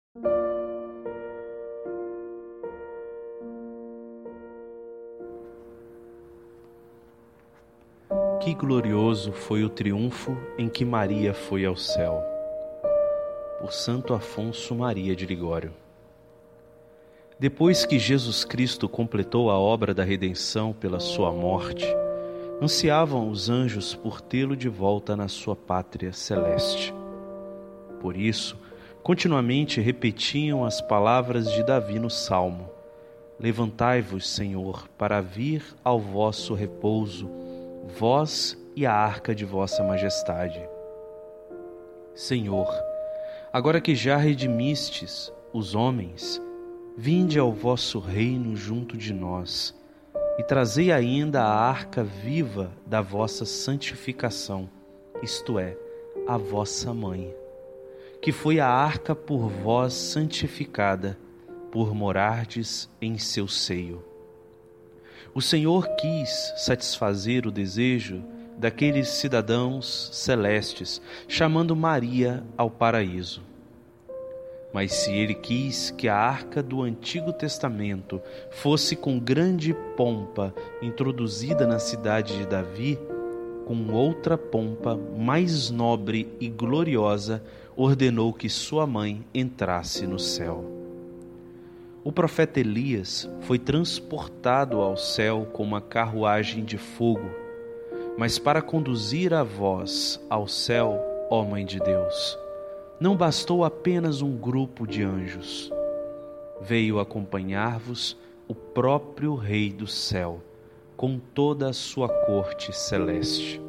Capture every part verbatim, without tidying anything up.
Que glorioso foi o triunfo em que Maria foi ao céu. Por Santo Afonso Maria de Ligório. Depois que Jesus Cristo completou a obra da redenção pela sua morte, ansiavam os anjos por tê-lo de volta na sua pátria celeste. Por isso, continuamente repetiam as palavras de Davi no Salmo: Levantai-vos, Senhor, para vir ao vosso repouso, vós e a arca de vossa majestade. Senhor, agora que já redimistes os homens, vinde ao vosso reino junto de nós, e trazei ainda a arca viva da vossa santificação, isto é, a vossa mãe, que foi a arca por vós santificada, por morardes em seu seio. O Senhor quis satisfazer o desejo daqueles cidadãos celestes, chamando Maria ao paraíso. Mas se ele quis que a arca do Antigo Testamento fosse com grande pompa introduzida na cidade de Davi, com outra pompa mais nobre e gloriosa, ordenou que sua mãe entrasse no céu. O profeta Elias foi transportado ao céu com uma carruagem de fogo, mas para conduzir a vós ao céu, ó Mãe de Deus, não bastou apenas um grupo de anjos. Veio acompanhar-vos o próprio Rei do céu, com toda a sua corte celeste.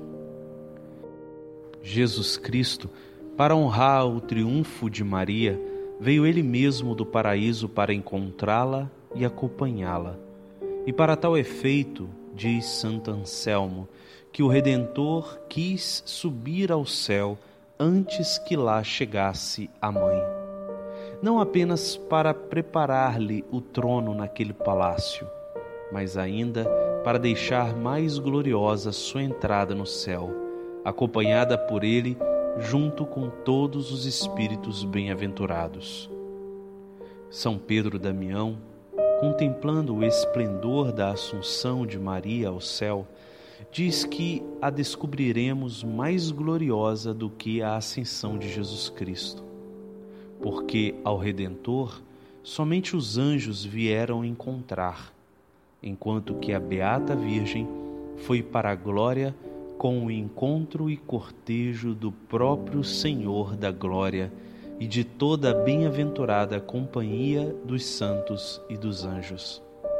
Jesus Cristo, para honrar o triunfo de Maria, veio ele mesmo do paraíso para encontrá-la e acompanhá-la. E para tal efeito, diz Santo Anselmo, que o Redentor quis subir ao céu antes que lá chegasse a mãe. Não apenas para preparar-lhe o trono naquele palácio, mas ainda para deixar mais gloriosa sua entrada no céu, acompanhada por ele junto com todos os espíritos bem-aventurados. São Pedro Damião, contemplando o esplendor da Assunção de Maria ao céu, diz que a descobriremos mais gloriosa do que a ascensão de Jesus Cristo, porque ao Redentor somente os anjos vieram encontrar, enquanto que a Beata Virgem foi para a glória com o encontro e cortejo do próprio Senhor da glória e de toda a bem-aventurada companhia dos santos e dos anjos.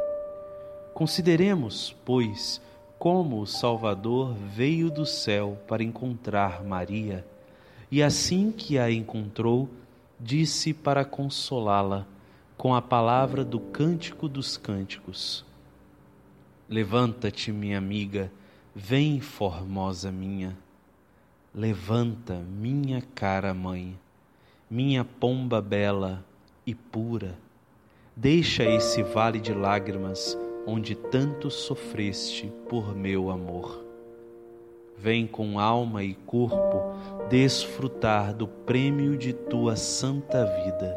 Consideremos, pois, como o Salvador veio do céu para encontrar Maria, e assim que a encontrou, disse para consolá-la com a palavra do Cântico dos Cânticos: Levanta-te, minha amiga, vem, formosa minha. Levanta, minha cara mãe, minha pomba bela e pura. Deixa esse vale de lágrimas onde tanto sofreste por meu amor. Vem com alma e corpo desfrutar do prêmio de tua santa vida.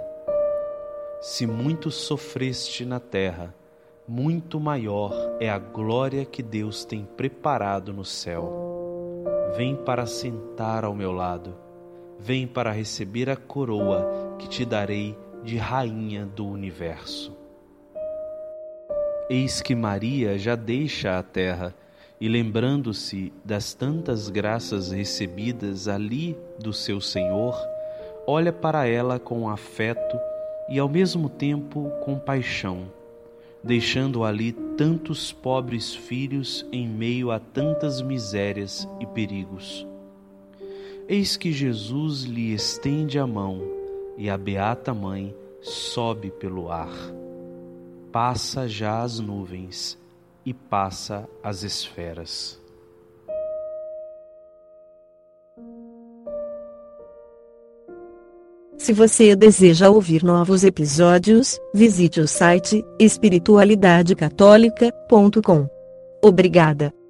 Se muito sofreste na terra, muito maior é a glória que Deus tem preparado no céu. Vem para sentar ao meu lado, vem para receber a coroa que te darei de rainha do universo. Eis que Maria já deixa a terra e, lembrando-se das tantas graças recebidas ali do seu Senhor, olha para ela com afeto e ao mesmo tempo compaixão, deixando ali tantos pobres filhos em meio a tantas misérias e perigos. Eis que Jesus lhe estende a mão e a Beata Mãe sobe pelo ar. Passa já as nuvens e passa as esferas. Se você deseja ouvir novos episódios, visite o site espiritualidade católica ponto com. Obrigada.